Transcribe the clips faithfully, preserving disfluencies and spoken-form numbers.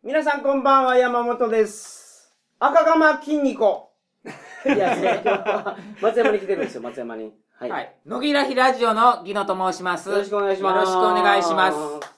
皆さんこんばんは、山本です。赤釜筋肉いや、今日は松山に来てるんですよ、松山に。 はい。はい、野木らひラジオのギノと申します。 よろしくお願いします。 よろしくお願いします。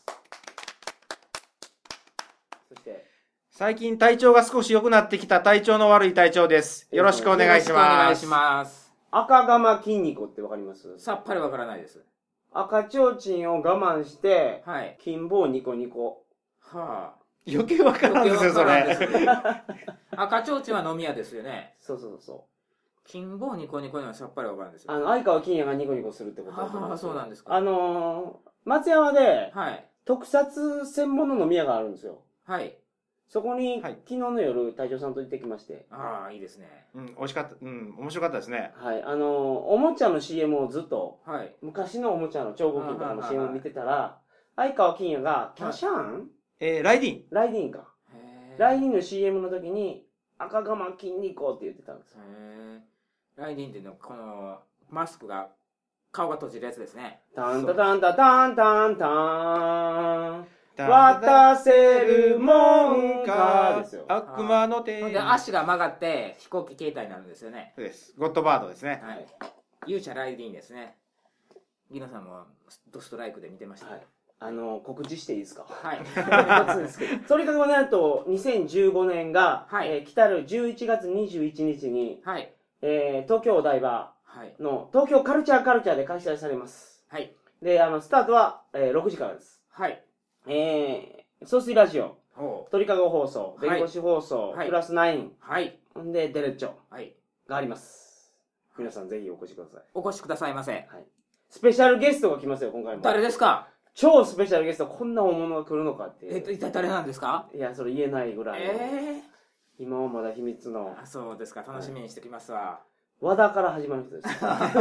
そして、最近体調が少し良くなってきた体調の悪い隊長です。よろしくお願いします。よろしくお願いします。 赤釜筋肉ってわかります？ さっぱりわからないです。 赤ちょうちんを我慢して、 はい。 金棒ニコニコ。 はあ。 余計わからんですよ、それ。 赤ちょうちんは飲み屋ですよね。 そうそうそう。 金棒ニコニコにはさっぱりわかるんですよ。 あの、相川金也がニコニコするってことだと思います。ああ、そうなんですか。 あのー、松山で、 はい。 特撮専門の飲み屋があるんですよ。 はい。 そこに、はい、昨日の夜、隊長さんと行ってきまして。 ああ、いいですね。 うん、美味しかった。うん、面白かったですね。 はい。あのー、おもちゃの シーエム をずっと、 はい。 昔のおもちゃの超合金とかの シーエム を見てたら、相川金也が、キャシャーン、はい、 えー、ライディン。 ライディンか。ライディンの シーエム の時に、赤釜筋肉って言ってたんですよ。 へー。ライディンっていうのは、この、マスクが、顔が閉じるやつですね。 タンタタンタタンタンタン。渡せるもんかですよ。 悪魔の手。 で、足が曲がって飛行機形態になるんですよね。 そうです。ゴッドバードですね。 はい。勇者ライディンですね。ギノさんもドストライクで見てました。 はい。あの、告知していいですか？ はい。 とにかくなんと、にせんじゅうごねんが、はい、えー、来たるじゅういちがつにじゅういちにちに、はい。えー、東京お台場の東京カルチャーカルチャーで開催されます。はい。で、あの、スタートは、えー、ろくじからです。はい。えー、総水ラジオ、鳥かご放送、弁護士放送、はい、プラスナイン、はい。んで、デレッチョ、はい。があります。皆さんぜひお越しください。 お越しくださいませ。はい。 スペシャルゲストが来ますよ、今回も。 誰ですか？ 超スペシャルゲスト、こんな大物が来るのかっていう。 えっと、一体誰なんですか？ いや、それ言えないぐらい。 えー、 今はまだ秘密の。 あ、そうですか。楽しみにしてきますわ。 和田から始まる人です。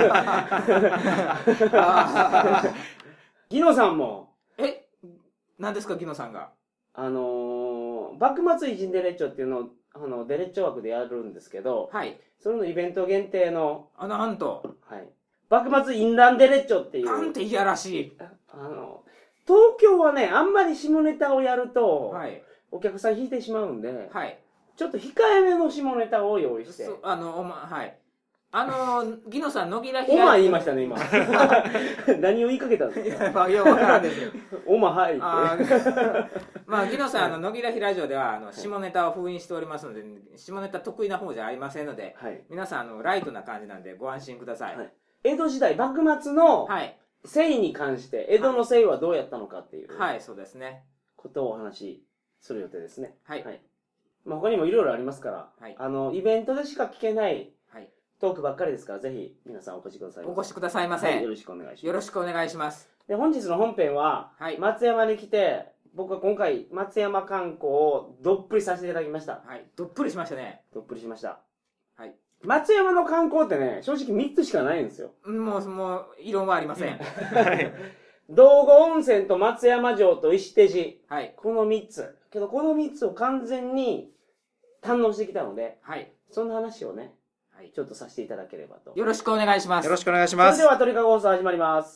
ギノさんも。 え、何ですか、ギノさんが。 あのー、幕末偉人デレッチョっていうのを、あの、デレッチョ枠でやるんですけど、はい。それのイベント限定の。 あ、なんと。 はい。幕末インランデレッチョっていう。 なんていやらしい。 あの、東京はね、あんまり下ネタをやると、はい。お客さん引いてしまうんで、はい。ちょっと控えめの下ネタを用意して。 あの、おま、はい。あの、ギノさん、野木らひおま言いましたね、今。何を言いかけたんですか？ まあ、よくわからんですよ。 おまはいって。 まあ、ギノさん、あの、野木らひラジオでは、あの、下ネタを封印しておりますので、下ネタ得意な方じゃありませんので、はい、皆さん、あの、ライトな感じなんで、ご安心ください。はい、 江戸時代、幕末の、はい。姓に関して、江戸の姓はどうやったのかっていう。 はい、そうですね。 ことをお話しする予定ですね。はい。はい。まあ、他にもいろいろありますから、はい。あの、イベントでしか聞けない、トークばっかりですから、ぜひ皆さんお越しください。 お越しくださいませ。 はい、よろしくお願いします。 よろしくお願いします。 で、本日の本編は、はい、松山に来て、僕は今回、松山観光をどっぷりさせていただきました。 はい、どっぷりしましたね。 どっぷりしました。 はい。 松山の観光ってね、正直みっつしかないんですよ。 もう、もう、異論はありません。 はい。道後温泉と松山城と石手寺。はい。このみっつ。けど、このみっつを完全に堪能してきたので、はい。そんな話をね、はい、ちょっとさせていただければと。 よろしくお願いします。 よろしくお願いします。 それでは鳥かご放送始まります。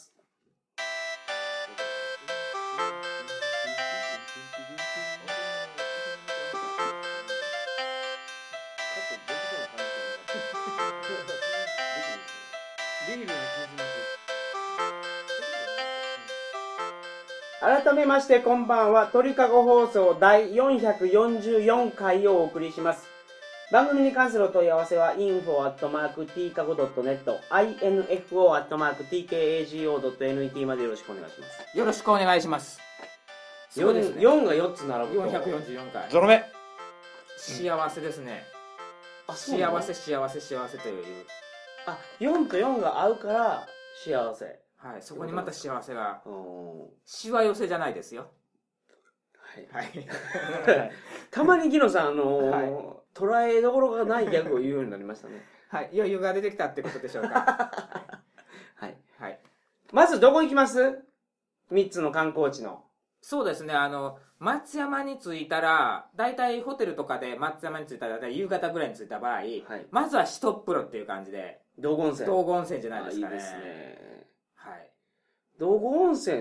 改めましてこんばんは。鳥かご放送第よんひゃくよんじゅうよんかいをお送りします。番組に関するお問い合わせは インフォ アットマーク ティーカゴ ドットネット インフォ アットマーク ティーケーエージーオー ドットネット までよろしくお願いします。 よろしくお願いします。 そうですね、よんがよっつ並ぶとよんひゃくよんじゅうよんかい。 ゾロ目。 幸せですね。あ、そう幸せ幸せ幸せという。 あ、よんとよんが合うから幸せ。 はい、そこにまた幸せが。しわ寄せじゃないですよ。 はい。はい、たまにギノさん、あのーはい、捉えどころがないギャグを言うようになりましたね。 はい、余裕が出てきたってことでしょうか。 はい。はい。まずどこ行きます？みっつの観光地の。 そうですね、あの、松山に着いたら、だいたいホテルとかで松山に着いたら、だいたい夕方ぐらいに着いた場合、はい、まずは一っ風呂っていう感じで。 道後温泉。 道後温泉じゃないですかね。 いいですね。 はい。 道後温泉っ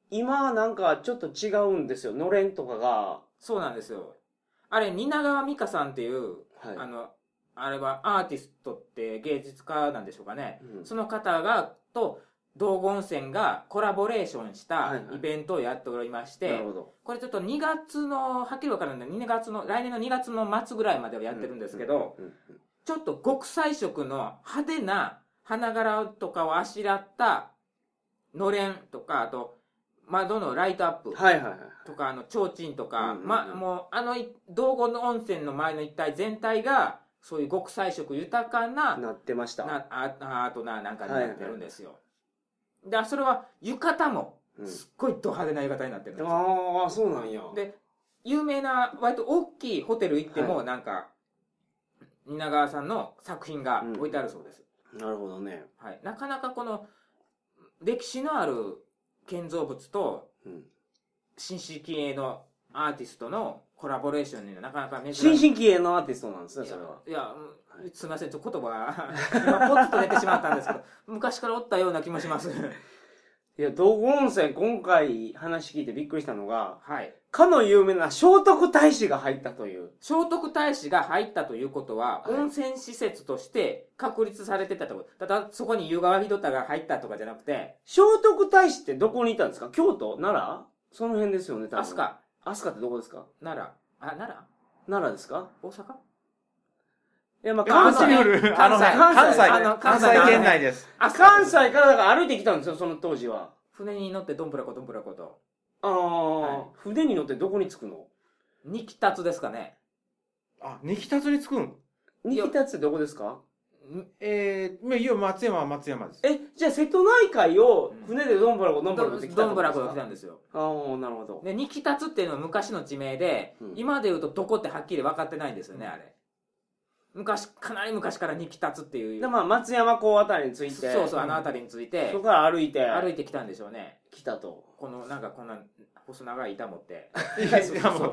今なんかちょっと違うんですよ、のれんとかが。 そうなんですよ。あれ蜷川美香さんっていう、はい、あのあれはアーティストって芸術家なんでしょうかね、うん、その方がと道後温泉がコラボレーションしたイベントをやっておりまして、はいはい、これちょっとにがつのはっきり分からないんでにがつの来年のにがつの末ぐらいまではやってるんですけど、ちょっと極彩色の派手な花柄とかをあしらったのれんとか、あと窓のライトアップとか、はいはいはい、あの提灯とか、うんうんうん、ま、もうあの道後の温泉の周りの一帯全体がそういう極彩色豊かななってました。 なああとななんかになってるんですよ。はいはい、でそれは浴衣もすっごいド派手な浴衣になってるんですよ。 ああそうなんや。 で有名な割と大きいホテル行っても、はい、なんか蜷川さんの作品が置いてあるそうです。 うん、なるほどね。 はい、なかなかこの歴史のある建造物と新進気鋭のアーティストのコラボレーションにはなかなか珍しい。 新進気鋭のアーティストなんですね、それは。 いや、いやすみません、ちょっと言葉が今ポッと出てしまったんですけど、昔からおったような気もします。 いや、道後温泉今回話聞いてびっくりしたのが、 はい、 かの有名な聖徳太子が入ったという。 聖徳太子が入ったということは、はい、温泉施設として確立されてたところ。ただそこに湯川秀太が入ったとかじゃなくて、 聖徳太子ってどこにいたんですか？京都？奈良？その辺ですよね、多分。 飛鳥。 飛鳥ってどこですか？ 奈良。あ、奈良？ 奈良ですか？ 大阪？ いや、まあ、関西、あの、関西、関西圏内です。 あ、関西からだから歩いてきたんですよ、その当時は。 船に乗ってどんぶらこどんぶらこと。 ああ、はい、船に乗ってどこに着くの？ 二木立ですかね。 あ、二木立に着くん？ 二木立ってどこですか？ えー、いや、松山は松山です。 え、じゃあ瀬戸内海を船でどんぶらこどんぶらこって来たどんぶらこが来たんですよ。 ああ、なるほど。 で、二木立っていうのは昔の地名で、うん、今で言うとどこってはっきり分かってないんですよね、あれ。昔、かなり昔から二木立っていう。 で、まあ、松山港あたりについて。 そうそう、あのあたりについて。 そこから歩いて。 歩いてきたんでしょうね。 来たと。 この、なんかこんな、細長い板持って。 板持って。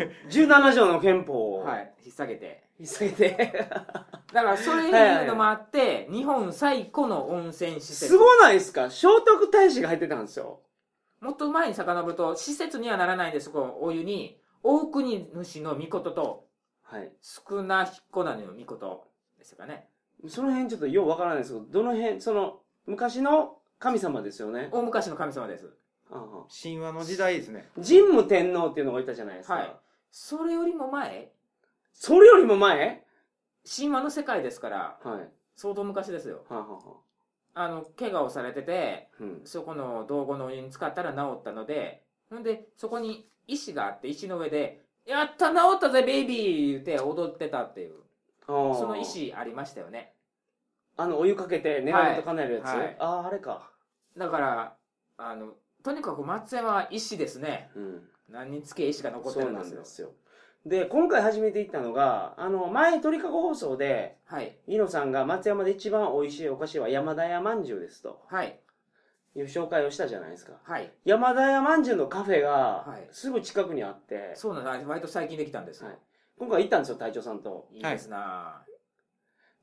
じゅうなな条の憲法を。 はい。引っ提げて。 引っ提げて。 だから、そういうのもあって、はいはい、日本最古の温泉施設。 すごないですか？聖徳太子が入ってたんですよ。 もっと前に遡ると、施設にはならないんです、このお湯に、大国主の御事と、はい、少な彦なの御事ですかね。 その辺ちょっとようわからないですけど、どの辺、その、昔の神様ですよね。 大昔の神様です。 ああ、神話の時代ですね。 神武天皇っていうのがいたじゃないですか。はい。 それよりも前？ それよりも前？ 神話の世界ですから、はい、相当昔ですよ。はあはあ、あの怪我をされてて、うん、そこの道後のお湯に使ったら治ったので、ほんでそこに石があって、石の上で「やった治ったぜベイビー!」言って踊ってたっていう、その石ありましたよね。 あのお湯かけて願い事叶えるやつ、はいはい、あああれか。 だからあのとにかく松山は石ですね、うん、何につけ石が残ってるんですよ。そうなんですよ。 で、今回初めて行ったのが、あの、前、鳥かご放送で、はい。井野さんが松山で一番美味しいお菓子は山田屋まんじゅうですと。はい。いう紹介をしたじゃないですか。はい。山田屋まんじゅうのカフェが、すぐ近くにあって。はい、 そうなんです。割と最近できたんですよ。はい。 今回行ったんですよ、隊長さんと。 いいですな、はい、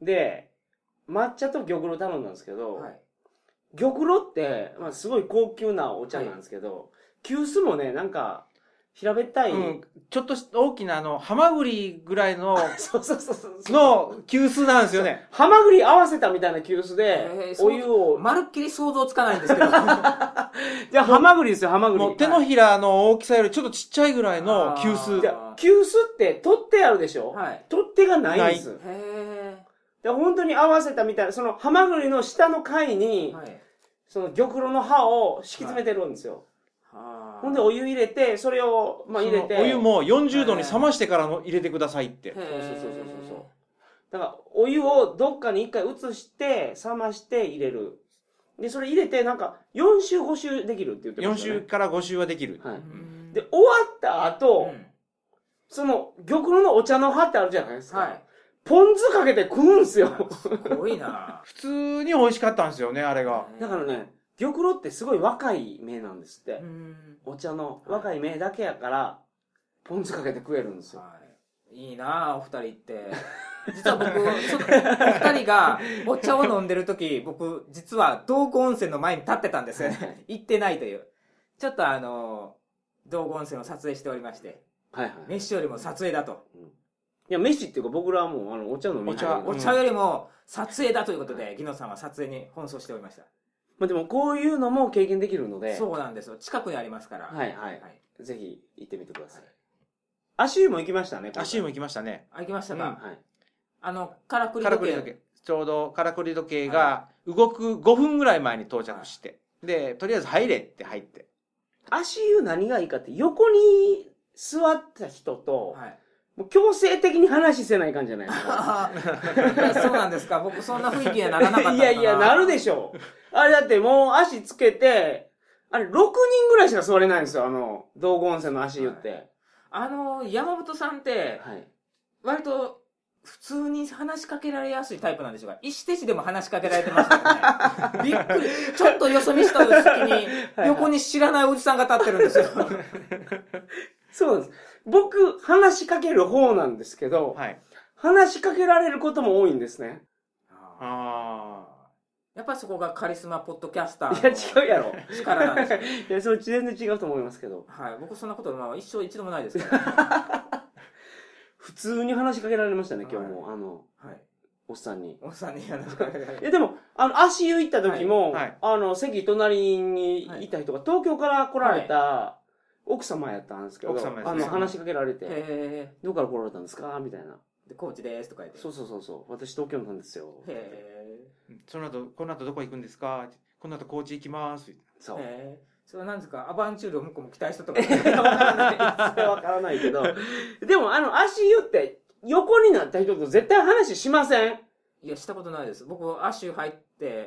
で、抹茶と玉露頼んだんですけど、はい。玉露って、まあ、すごい高級なお茶なんですけど、はい、急須もね、なんか、平べったい、うん、 ちょっと大きなあのハマグリぐらいのそうそうそうそうの急須なんですよね。 ハマグリ合わせたみたいな急須で、えー、お湯をまるっきり想像つかないんですけどじゃあハマグリですよ、ハマグリ。 もう手のひらの大きさよりちょっとちっちゃいぐらいの急須。 急須って取っ手あるでしょ、はい、取っ手がないんです。へー。で本当に合わせたみたいな、そのハマグリの下の貝に、はい、その玉露の葉を敷き詰めてるんですよ、はい。ほんでお湯入れて、それを、まあ、入れて。 お湯もよんじゅうどに冷ましてからの入れてくださいって。 そうそうそうそうそう。だから、お湯をどっかに一回移して、冷まして入れる。で、それ入れて、なんか、よん周ご周できるって言ってましたね。 よん周からご周はできる。はい。 で、終わった後、うん、その、玉露のお茶の葉ってあるじゃないですか。はい。ポン酢かけて食うんすよ。 すごいな普通に美味しかったんですよね、あれが。 だからね、玉露ってすごい若い芽なんですって。お茶の若い芽だけやから、ポン酢かけて食えるんですよ。はい、いいなあお二人って。実は僕、ちょっとお二人がお茶を飲んでる時、僕、実は道後温泉の前に立ってたんですよね。行ってないという。 ちょっとあの道後温泉を撮影しておりまして、はいはい、飯よりも撮影だと、うん、いや飯っていうか僕らはもうあのお茶飲みお茶、お茶よりも撮影だということで、ギノさんは撮影に奔走しておりました。 まあ、でもこういうのも経験できるので。 そうなんですよ、近くにありますから。 はいはい、はい、ぜひ行ってみてください。足湯も行きましたね。 足湯も行きましたね。 あ、行きましたか、 うん、はい、 あのからくり時計、 ちょうどからくり時計が動くごふんぐらい前に到着して、はい、でとりあえず入れって入って、 足湯何がいいかって横に座った人と、はい、もう強制的に話せない感じじゃないですか。 そうなんですか。僕そんな雰囲気にはならなかったのかな。 いやいや、なるでしょう。あれだってもう足つけて、あれろくにんぐらいしか座れないんですよ、あの道後温泉の足湯って、はい、 あの山本さんって、はい、割と普通に話しかけられやすいタイプなんでしょうか。石手市でも話しかけられてましたよね。びっくり。ちょっとよそ見した隙に横に知らないおじさんが立ってるんですよ。 そうです。僕話しかける方なんですけど、はい、話しかけられることも多いんですね。 ああ。やっぱりそこがカリスマポッドキャスターの。いや違うやろ。 力なんですよ。 いやそっち全然違うと思いますけど。 はい。僕そんなことまあ一生一度もないですから。 普通に話しかけられましたね、今日も。はい、あの、はい、おっさんに。 おっさんに話しかけられる。 いや、でも、あの、足湯行った時も、はい、あの、席隣にいた人が、東京から来られた奥様やったんですけど、はい、あの、話しかけられて、へどこから来られたんですかみたいな。 で、高知ですとか言って。 そうそうそうそう。私東京なんですよ。 へその後、この後どこ行くんですかこの後高知行きます。 そう。 へそれは何ですかアバンチュールを向こうも期待したとか。わからない。それはわからないけど。でも、あの、足湯って、横になった人と絶対話しません？ いや、したことないです。僕、足湯入って、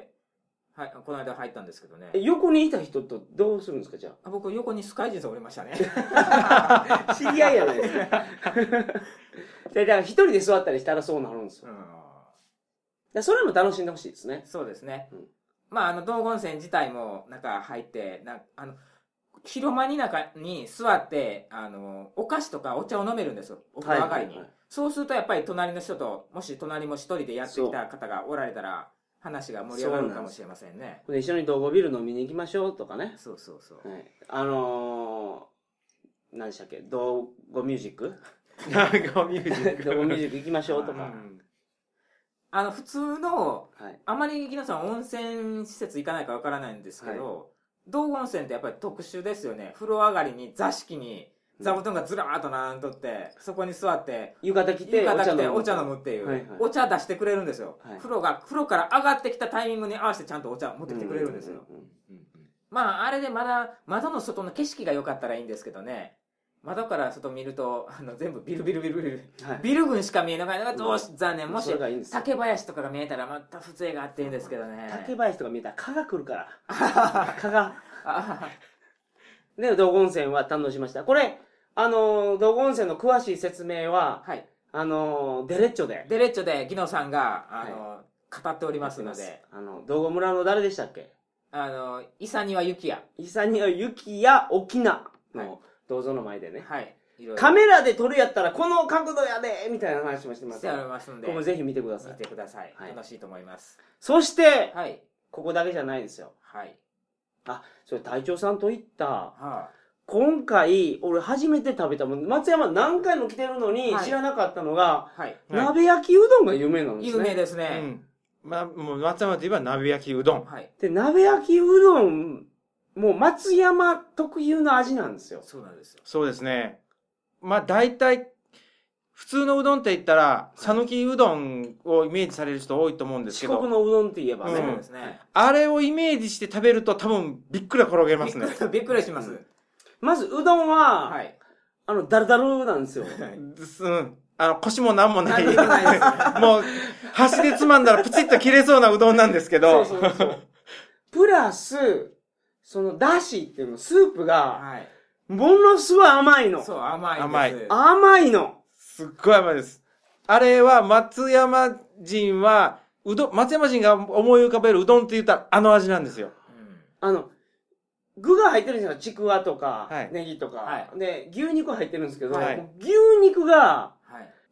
はい、この間入ったんですけどね。 横にいた人とどうするんですか、じゃあ。 僕、横にスカイジンさんおりましたね。 知り合いやないですか。だから、一人で座ったりしたらそうなるんですよ。うん、それも楽しんでほしいですね。 そうですね。うん、まあ、あの、道後温泉自体も、なんか入って、なあの、広間に中に座って、あの、お菓子とかお茶を飲めるんですよ。お風呂上がりに。はいはいはい、そうするとやっぱり隣の人と、もし隣も一人でやってきた方がおられたら、話が盛り上がるかもしれませんね。 で一緒に道後ビール飲みに行きましょうとかね。 そうそうそう。 はい、あのー、何でしたっけ、道後ミュージック道後ミュージック。 道後ミュージック行きましょうとか。 あの、普通の、はい、あまり皆さん温泉施設行かないかわからないんですけど、はい、道後温泉ってやっぱり特殊ですよね。風呂上がりに座敷に座布団がずらーっと並んどって、そこに座って浴衣着て浴衣着てお茶飲むっていう、はいはい、お茶出してくれるんですよ、はい、風呂が風呂から上がってきたタイミングに合わせてちゃんとお茶持ってきてくれるんですよ。まああれでまだ窓の外の景色が良かったらいいんですけどね、窓から外見るとあの全部ビルビルビルビル、はい、ビル群しか見えなかったのがどうし残念。もし竹林とかが見えたらまた風情があっていいんですけどね。 竹林とか見えたら蚊が来るから蚊がで道後温泉は堪能しました。これあの道後温泉の詳しい説明は、はい、あのデレッチョでデレッチョでギノさんがあの、はい、語っておりますので、 あの道後村の誰でしたっけ、 あの伊佐庭幸也伊佐庭幸也沖縄の銅像の前でね、はい、いろいろカメラで撮るやったらこの角度やでみたいな話もしてます。 してありますので、 ここぜひ見てください。 見てください、はい、楽しいと思います。 そして、はい、ここだけじゃないですよ。はい。あ、それ隊長さんと行った、はあ、今回俺初めて食べたもん。松山何回も来てるのに知らなかったのが、はいはい、鍋焼きうどんが有名なんですね。 有名ですね。うん、 まあ、もう松山といえば鍋焼きうどん。はい。 で鍋焼きうどんもう松山特有の味なんですよ。 そうなんですよ。 そうですね。まあ大体普通のうどんって言ったら讃岐うどんをイメージされる人多いと思うんですけど、 四国のうどんって言えばね、 うん、ですね。あれをイメージして食べると多分びっくり転げますね。 びっくりします。うん、 まずうどんは、はい、あのダルダルなんですよ。 うん、あの腰もなんもない。もう箸でつまんだらプチッと切れそうなうどんなんですけど。そうそうそう。 プラスそのだしっていうのスープが、はい、ものすごい甘いの。 そう、甘いです。 甘い。 甘いの。 すっごい甘いです。あれは松山人は、うどん、松山人が思い浮かべるうどんって言ったらあの味なんですよ。 うん、あの、具が入ってるんですよ。ちくわとか、はい、ネギとか、はい。で、牛肉入ってるんですけど、はい、牛肉が、はい、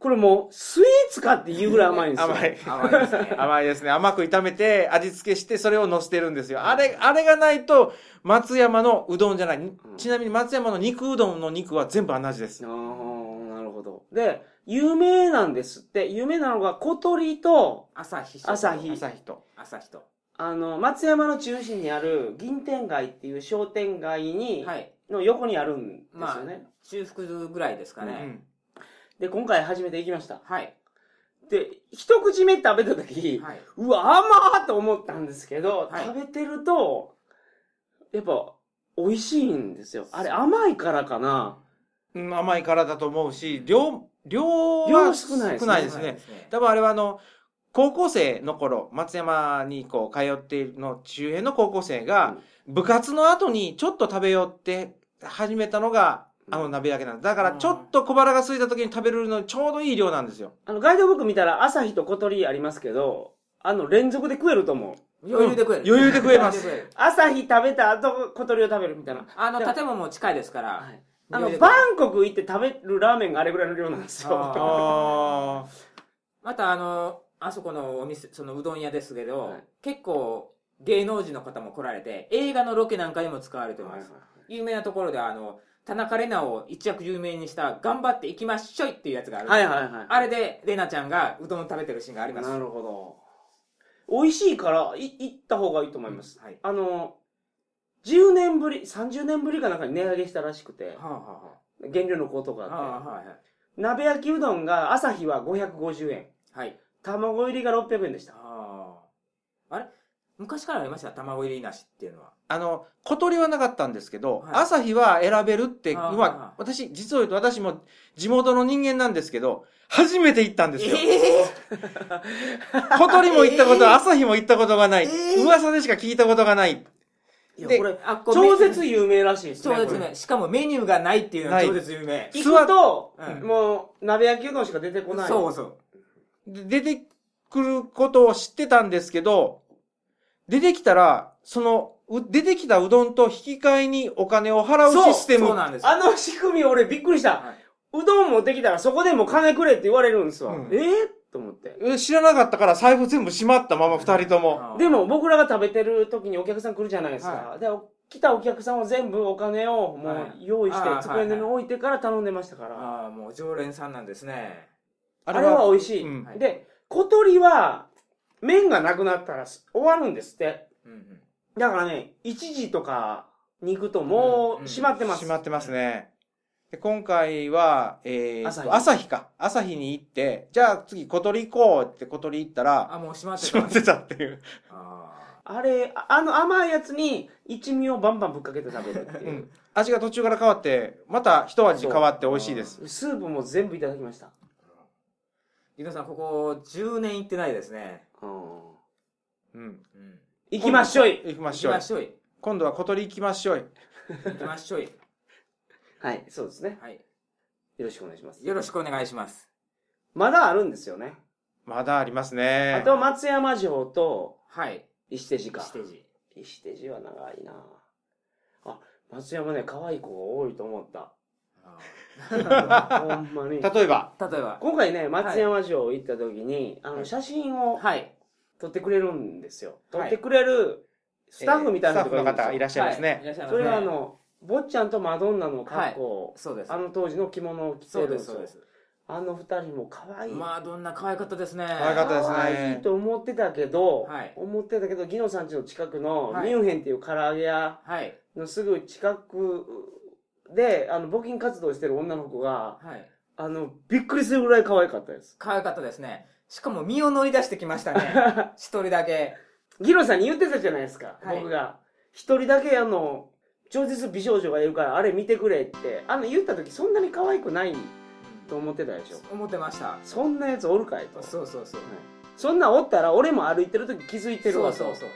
これもうスイーツかっていうぐらい甘いんですよ。 甘い。 甘いですね。 甘いですね。甘く炒めて味付けしてそれを乗せてるんですよ。あれ、あれがないと松山のうどんじゃない。ちなみに松山の肉うどんの肉は全部同じです。 ああ、なるほど。で、有名なんですって。有名なのが小鳥と朝日。 朝日。 朝日と。 朝日と。 あの、松山の中心にある銀天街っていう商店街に、はい、の横にあるんですよね。まあ、 中腹ぐらいですかね。うんで、今回初めて行きました。 はい。 で、一口目食べた時、はい、うわ、甘ーと思ったんですけど、はい、食べてると、やっぱ、美味しいんですよ。あれ、甘いからかな。 うん、甘いからだと思うし、量、量は少ないですね。少ないですね。多分あれはあの、高校生の頃、松山にこう、通っているの、周辺の高校生が、部活の後にちょっと食べようって始めたのが、あの鍋焼きなんです。だからちょっと小腹が空いた時に食べるのにちょうどいい量なんですよ。 あのガイドブック見たら朝日と小鳥ありますけど、あの連続で食えると思う。 余裕で食える。 余裕で食えます。 朝日食べた後小鳥を食べるみたいな。 あの建物も近いですから。はい、 あのバンコク行って食べるラーメンがあれぐらいの量なんですよ。 あまたあのあそこのお店そのうどん屋ですけど、はい、結構芸能人の方も来られて映画のロケなんかにも使われてます。はいはいはい、有名なところであの。田中玲奈を一躍有名にした頑張っていきましょいっていうやつがあるんです、はいはいはい、あれで玲奈ちゃんがうどんを食べてるシーンがあります。 なるほど。美味しいからい行った方がいいと思います、うんはい、あのじゅうねんぶりさんじゅうねんぶりかなんかに値上げしたらしくて、はあはあ、原料の高騰があって、はあはあはい、鍋焼きうどんが朝日はごひゃくごじゅうえん、はい、卵入りがろっぴゃくえんでした。 ああれ昔からありました卵入りなしっていうのは。 あの、小鳥はなかったんですけど、はい、朝日は選べるって、まあ、私、実を言うと私も地元の人間なんですけど、初めて行ったんですよ。えー、小鳥も行ったこと、えー、朝日も行ったことがない、えー。噂でしか聞いたことがない。 いや、これ、超絶有名らしいですね。 超絶ね。しかもメニューがないっていうのは超絶有名。 行くと、うん、もう、鍋焼きうどんしか出てこない。 そうそう。 出てくることを知ってたんですけど、出てきたら、その、出てきたうどんと引き換えにお金を払うシステム。 そうなんです。あの仕組み俺びっくりした。はい、うどん持ってきたらそこでも金くれって言われるんですわ。うん、えー、と思って。 知らなかったから財布全部閉まったまま二人とも。 でも僕らが食べてる時にお客さん来るじゃないですか。はい、で、来たお客さんは全部お金をもう用意して机に置いてから頼んでましたから。 ああ、もう常連さんなんですね。 あれは美味しい。うん、で、小鳥は、麺がなくなったら終わるんですって。うんうん、だからね、いちじとかに行くともう閉まってます。 閉まってますね。で今回は、えー、朝日。朝日か。朝日に行って、じゃあ次小鳥行こうって小鳥行ったら、 あ、もう閉まってた。 閉まってたっていう。 あ, あれ、あの甘いやつに一味をバンバンぶっかけて食べるっていう。うん、 味が途中から変わって、また一味変わって美味しいです。 スープも全部いただきました。 井野さん、ここじゅうねん行ってないですね。うん。 うん。行きましょい。 行きましょい。行きましょい。今度は小鳥行きましょい。 行きましょい。 はい、そうですね。はい。よろしくお願いします。 よろしくお願いします。 まだあるんですよね。 まだありますね。 あと松山城と、 はい。 石手寺か。 石手寺。 石手寺は長いな。あ、松山ね、可愛い子が多いと思った。ほんまに。 例えば例えば。 今回ね、松山城行った時に、はい、あの、写真を、はい。撮ってくれるんですよ。撮ってくれるスタッフみたいな人がいるんですよ。スタッフの方いらっしゃいますね。 はい、それはあの、坊ちゃんとマドンナの格好、はい、 そうです。 あの当時の着物を着てるんですよ。そうです、そうです。あの二人も可愛い。 マドンナ可愛かったですね。 可愛かったですね。 可愛いと思ってたけど、はい、思ってたけど、ギノさん家の近くのミュンヘンっていう唐揚げ屋のすぐ近くで、あの、募金活動してる女の子が、はい、あの、びっくりするぐらい可愛かったです。 可愛かったですね。しかも身を乗り出してきましたね。一人だけ。 ギノさんに言ってたじゃないですか、はい、僕が。一人だけあの、超絶美少女がいるからあれ見てくれって、あの言った時そんなに可愛くないと思ってたでしょ。 思ってました。 そんなやつおるかいと。 そうそうそう。はい、 そんなおったら俺も歩いてる時気づいてるわと。 そうそうそう。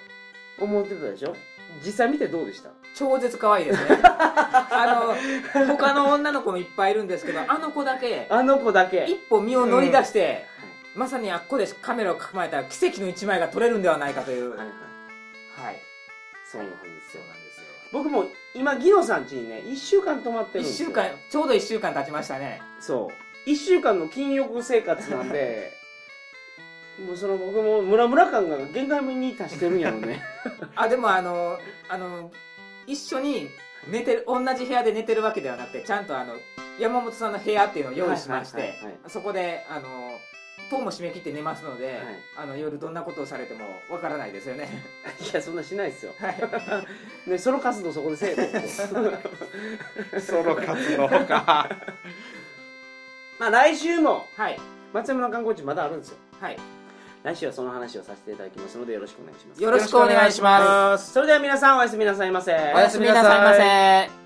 思ってたでしょ。実際見てどうでした？ 超絶可愛いですね。あの、他の女の子もいっぱいいるんですけど、あの子だけ、 あの子だけ、 一歩身を乗り出して、うん、まさにあっこでカメラを構えたら奇跡の一枚が撮れるんではないかという。はい、はい。はい。 そうなんですよ。僕も今ギノさん家にねいっしゅうかん泊まってるんですよ。 いっしゅうかん、ちょうどいっしゅうかん経ちましたね。 そいっしゅうかんの禁欲生活なんでもうその僕もムラムラ感が限界に達してるんやろうねあでもあのあの一緒に寝てる同じ部屋で寝てるわけではなくてちゃんとあの山本さんの部屋っていうのを用意しましてそこであの戸も閉め切って寝ますので、はい、あの夜どんなことをされてもわからないですよねいやそんなしないですよ、はい、ね、ソロ活動そこでせえソロ活動かまあ来週も、はい、松山の観光地まだあるんですよ、はい、来週はその話をさせていただきますのでよろしくお願いします。 よろしくお願いします。 それでは皆さんおやすみなさいませ。 おやすみなさいませ。